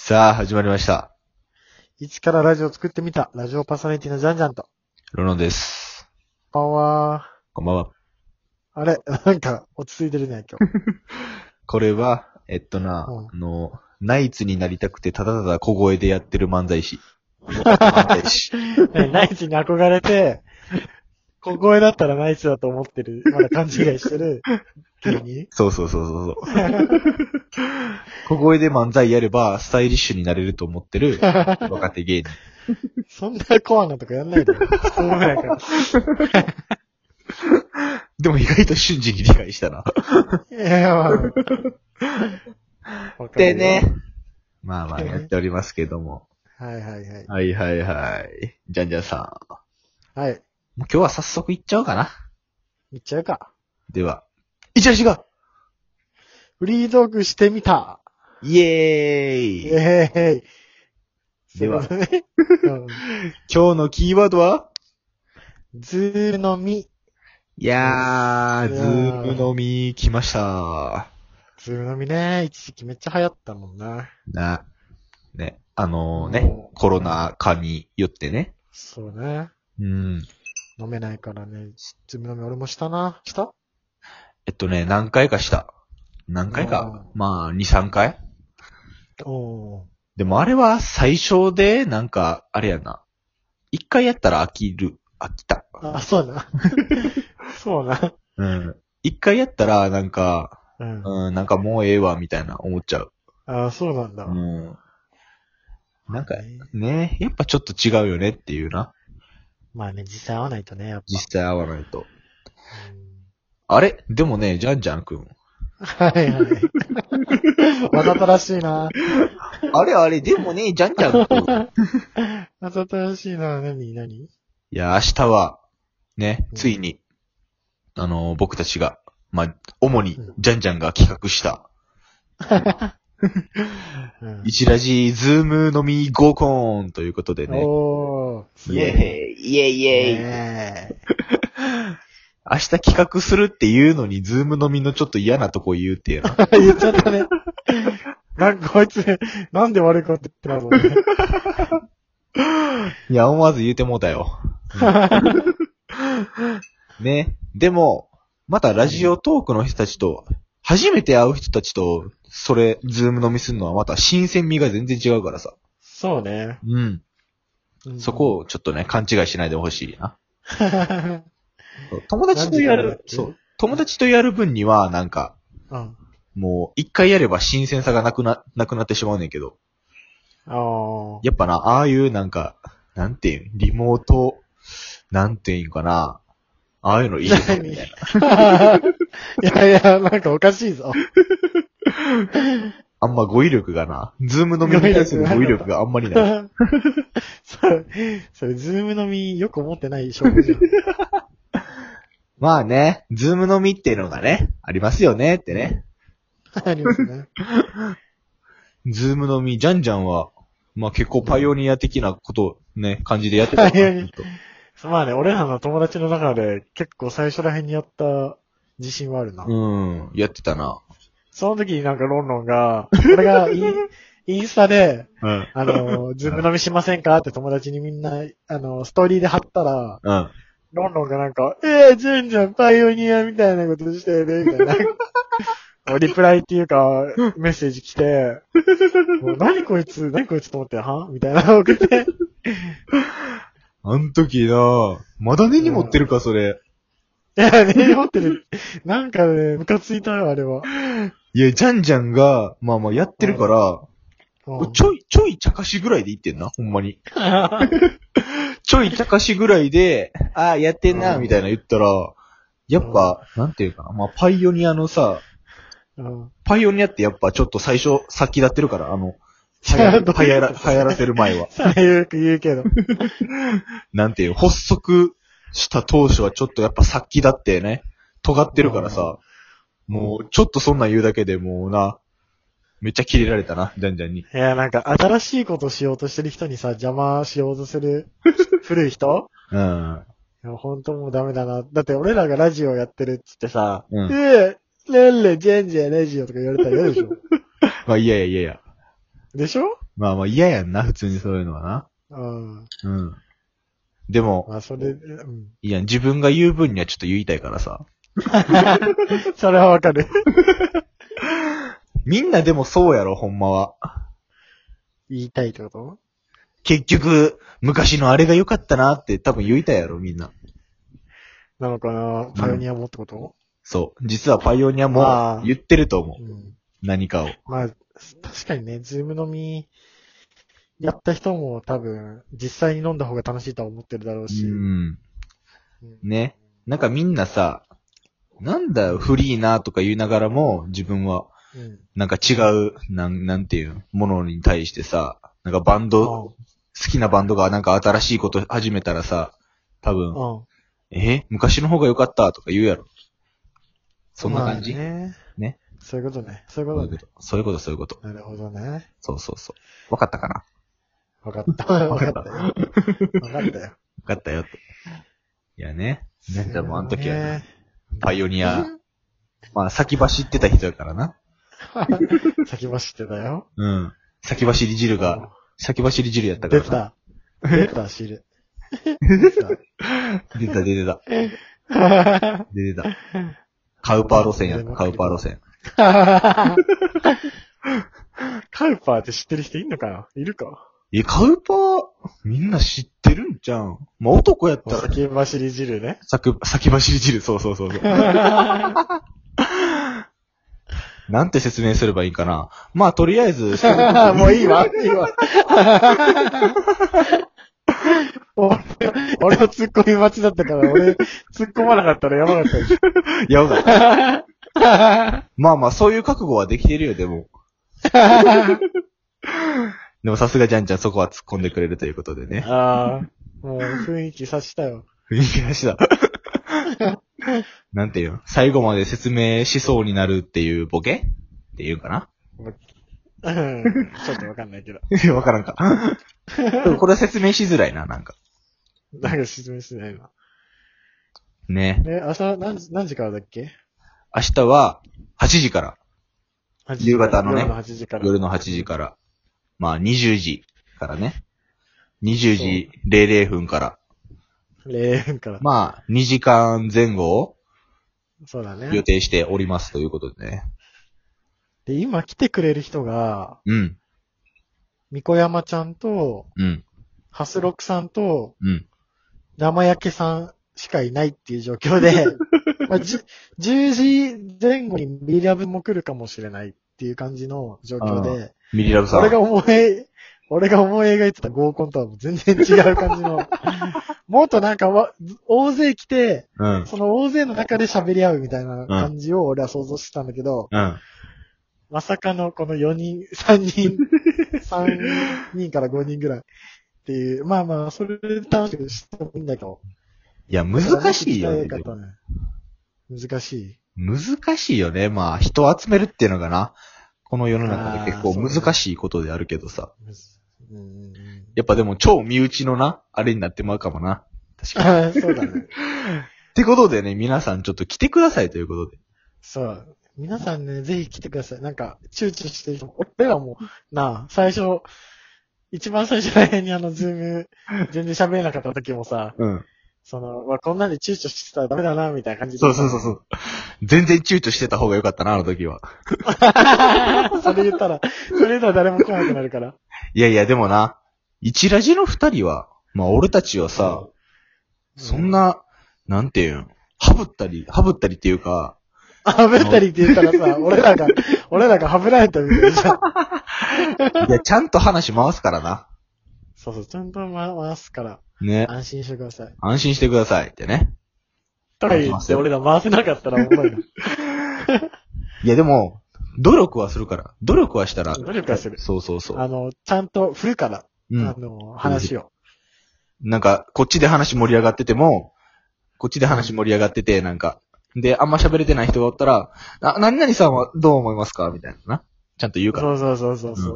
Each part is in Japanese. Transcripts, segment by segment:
さあ、始まりました。 一からラジオ作ってみた。ラジオパーソナリティのジャンジャンと。 ロノです。 こんばんは。 こんばんは。 あれなんか、落ち着いてるね、今これは、ナイツになりたくてただただ小声でやってる漫才師。漫才師。 日。ナイツに憧れて、小声だったらナイツだと思ってる。まだ勘違いしてる。芸人そう。小声で漫才やれば、スタイリッシュになれると思ってる若手芸人。 そんなコアなとかやんないでよ。そうぐらいから。 でも意外と瞬時に理解したな。 いや、まあ。 でね。まあやっておりますけども。 はい。 はい。じゃんじゃんさはい。 ん。もう今日は早速行っちゃおうかな。 いっちゃうか。 では、いちゃしがフリートークしてみた。 イエーイでは、 ね、 今日のキーワードはズーム飲み。 いやー、ズーム飲み来ました。 ズーム飲みね、一時期めっちゃ流行ったもんな。 ね、コロナ禍によってね。 そうね。 うん。 飲めないからね、ズーム飲み俺もしたな。した？ 何回かした。何回かまあ、2、3回おー。 でもあれは最初で、あれやな。1回やったら飽きた。 あ、そうな。そうな。 うん。1回やったら、 うん。 もうええわ、みたいな思っちゃう。 あ、そうなんだ。 ね、やっぱちょっと違うよねっていうな。 まあね、実際会わないとね、やっぱ。 実際会わないと。あれでもね、ジャンジャンくん。 はい。わざとらしいな。 あれ、でもね、ジャンジャンくん。 わざとらしいな。何いや、明日は、ね、ついに、僕たちが、主に、ジャンジャンが企画した、一ラジズーム飲み合コンということでね。 おー。 イエーイ。明日企画するっていうのに、ズーム飲みのちょっと嫌なとこ言うっていうの。 言っちゃったね。なんかこいつ、なんで悪いこと言ってなのね。 いや、思わず言うてもうたよ。ね。でも、またラジオトークの人たちと、初めて会う人たちと、ズーム飲みするのはまた新鮮味が全然違うからさ。 そうね。 うん。そこをちょっとね、勘違いしないでほしいな。友達とやる分には、もう、一回やれば新鮮さがなくなってしまうねんけど。やっぱな、ああいうリモート、なんていうんかな。ああいうのいいよね、みたいな。いや、なんかおかしいぞ。 あんま語彙力がな、ズーム飲みに対する語彙力があんまりない。 それ、ズーム飲みよく思ってない証拠じゃん。 まあね、ズーム飲みっていうのがね、ありますよねってね。 ありますね。 ズーム飲み、ジャンジャンは、結構パイオニア的なことね、感じでやってた。 まあね、俺らの友達の中で結構最初ら辺にやった自信はあるな。 やってたな。 その時にロンロンが、俺がインスタで、ズーム飲みしませんかって友達にみんな、ストーリーで貼ったら、ロンロンがジェンジャンパイオニアみたいなことしてるね、みたいな。リプライっていうか、メッセージ来て、もう何こいつと思って、みたいなの送って。 あん時なまだ根に持ってるか、それ。 いや、根に持ってる。なんかね、ムカついたよ、あれは。 いや、ジャンジャンが、やってるから、ちょい茶化しぐらいで言ってんな、ほんまに。ちょい茶化しぐらいで、やってんな、みたいな言ったら、やっぱ、なんていうかな、パイオニアのさ、パイオニアってやっぱちょっと最初先立ってるから、流行らせる前は。 よく言うけど。 発足した当初はちょっとやっぱ先立ってね、尖ってるからさ、もうちょっとそんなん言うだけでもうな、めっちゃキレられたな、ジャンジャンに。 いや、新しいことしようとしてる人にさ、邪魔しようとする古い人いや、ほんともうダメだな。だって俺らがラジオやってるっつってさ、なんでジェンジャンラジオとか言われたら嫌でしょ。 いや。 でしょ？ まあまあ嫌やんな、普通にそういうのはな。 うん。 うん。でも、 まあ、それ、うん。 いや、自分が言う分にはちょっと言いたいからさ。 それはわかる。 みんなでもそうやろ、ほんまは。 言いたいってこと？ 結局、昔のあれが良かったなって多分言いたいやろ、みんな。 なのかな、パイオニアもってこと？ そう。実はパイオニアも言ってると思う。 うん。 何かを。 まあ、確かにね、ズーム飲みやった人も多分、実際に飲んだ方が楽しいとは思ってるだろうし。 うん。 うんね。なんかみんなさ、なんだよ、フリーなとか言いながらも、自分は、 うん。 なんか違う、なんていうものに対してさ、なんかバンド、好きなバンドがなんか新しいこと始めたらさ、多分、昔の方が良かったとか言うやろ。そんな感じ、 まあね。そういうことね。そういうことね。 そういうこと、そういうこと。 なるほどね。 そうそうそう。わかったかな？ わかった。わかったよ。わかったよ。 わかったよって。いやね。ね、でもあの時はね、 ね、 パイオニア、まあ先走ってた人やからな。 先走ってたよ。 うん。先走り汁やったからな。 出た、汁。 出た。カウパー路線やった、カウパー路線。 カウパーって知ってる人いんのかな？いるか？ カウパー、みんな知ってるんじゃん。まあ、男やったら。 先走り汁ね。 先走り汁、そう。なんて説明すればいいかな。まあ、とりあえず。 もういいわ。俺の突っ込み待ちだったから、俺、突っ込まなかったらやばかったでしょ。 やばかった。まあまあ、そういう覚悟はできてるよ、でも。でもさすがジャンちゃんそこは突っ込んでくれるということでね。 ああ、もう雰囲気察したよ。 雰囲気察した。なんていうの？最後まで説明しそうになるっていうボケっていうかな？ ちょっとわかんないけど。 わからんか。でもこれは説明しづらいな、なんか。 なんか説明しないな。 ね。 明日何時からだっけ？ 明日は8時から。夕方のね。 夜の8時から。 夜の8時から。まあ20時からね。20時00分から。 0分から。 まあ2時間前後をそうだね。 予定しておりますということでね。 で、今来てくれる人が、 うん。 みこやまちゃんと、 うん。 ハスロクさんと、 うん。 生焼けさんしかいないっていう状況で、まあ、10時前後にミリラブも来るかもしれないっていう感じの状況で、 ミリラブさん。 俺が思い描いてた合コンとはもう全然違う感じの、もっとなんか大勢来て、 うん。 その大勢の中で喋り合うみたいな感じを俺は想像してたんだけど、 うん。 まさかのこの3人から5人ぐらいっていう、まあまあ、それで楽しくしてもいいんだけど。 いや、難しいよね。 難しい。 難しいよね。まあ、人を集めるっていうのがな、この世の中で結構難しいことであるけどさ。やっぱでも超身内のな、あれになってまうかもな。 確かに。そうだね。 ってことでね、皆さんちょっと来てくださいということで。 そう。皆さんね、ぜひ来てください。なんか、躊躇してる人、俺らも、一番最初ら辺にズーム、全然喋れなかった時もさ、 うん。 こんなんで躊躇してたらダメだな、みたいな感じで。 そう。全然躊躇してた方が良かったな、あの時は。 それ言ったら誰も来なくなるから。 いやいや、でもな、一ラジの二人は、まあ俺たちはさ、そんな、なんていうん、ハブったりっていうか、 ハブったりって言ったらさ、俺らがハブられたみたいじゃん。 いや、ちゃんと話回すからな。 そう、ちゃんと回すから。 ね。 安心してください。 安心してくださいってね。 とか言って俺ら回せなかったらおもろいな。 いやでも、努力はするから。努力はしたら。 努力はする。 そう。 ちゃんと振るから。 うん。 話を。 なんか、こっちで話盛り上がってても、こっちで話盛り上がってて、なんか、で、あんま喋れてない人がおったら、何々さんはどう思いますかみたいなな。ちゃんと言うから。 そう。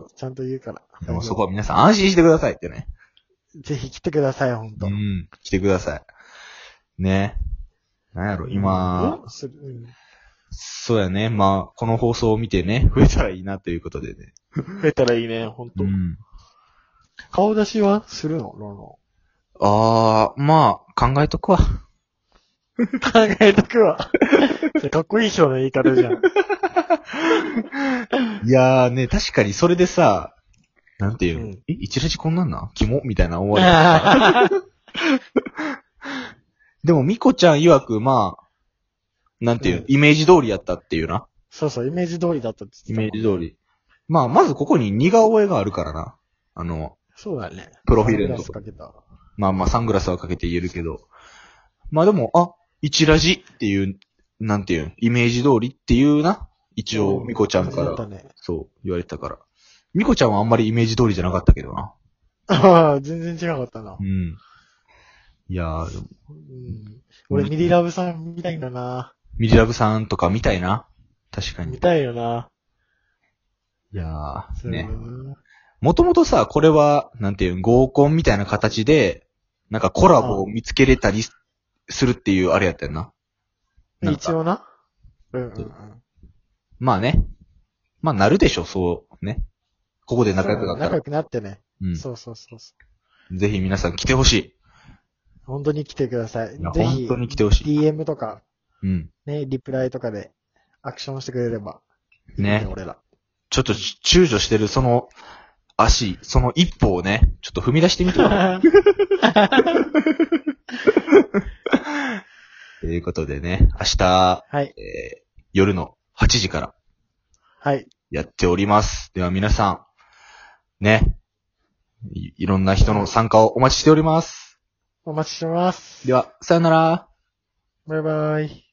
ちゃんと言うから。 でもそこは皆さん安心してくださいってね。 ぜひ来てください、ほんと。 来てください。ね。なんやろ、今、そうやね。まあ、この放送を見てね、増えたらいいなということでね。 増えたらいいね、ほんと。 顔出しはするのロンロまあ、考えとくわ。 ン。考えとくわ。それかっこいい人の言い方じゃん。 いやーね、確かにそれでさ、なんていうの、 うん一ラジこんなんなんキモみたいな思われてさ。でも、ミコちゃん曰く、まあ、なんていうの、 うんイメージ通りやったっていうな。 そうそう、イメージ通りだったってイ言ってたもんね。 メージ通り。まあ、まずここに似顔絵があるからな。 そうだね。 プロフィールのとこサングラスかけた。 まあまあ、サングラスはかけて言えるけど。まあでも、一ラジっていう、なんていうの、イメージ通りっていうな。一応、ミコちゃんから、 だったね。 そう、言われてたから。ミコちゃんはあんまりイメージ通りじゃなかったけどな。 ああ、全然違かったなう。ん。いやー、 うん、俺、ミリラブさん見たいんだな。 ミリラブさんとか見たいな。確かに。 見たいよな。 いやー、ね。 ね。 もともとさ、これは、なんていうの、合コンみたいな形で、なんかコラボを見つけれたりするっていうあれやったよな。なんか一応な。うん。 まあね。まあなるでしょ、そうね。ここで仲良くなったら仲良。くなってね。 うん。 そうそうそうそぜひ皆さん来てほしい。 う。本当に来てください。 いやぜひ、 本当に来てほしい。 DM とか、 うん。 ね、リプライとかでアクションしてくれればいいね俺ら。 ちょっと躊躇してるその足、その一歩をね、ちょっと踏み出してみてよ。ということでね、明日、 はい。 夜の8時からはい。 やっております。では皆さん、ね、いろんな人の参加をお待ちしております。 お待ちしてます。 では、さよなら。 バイバイ。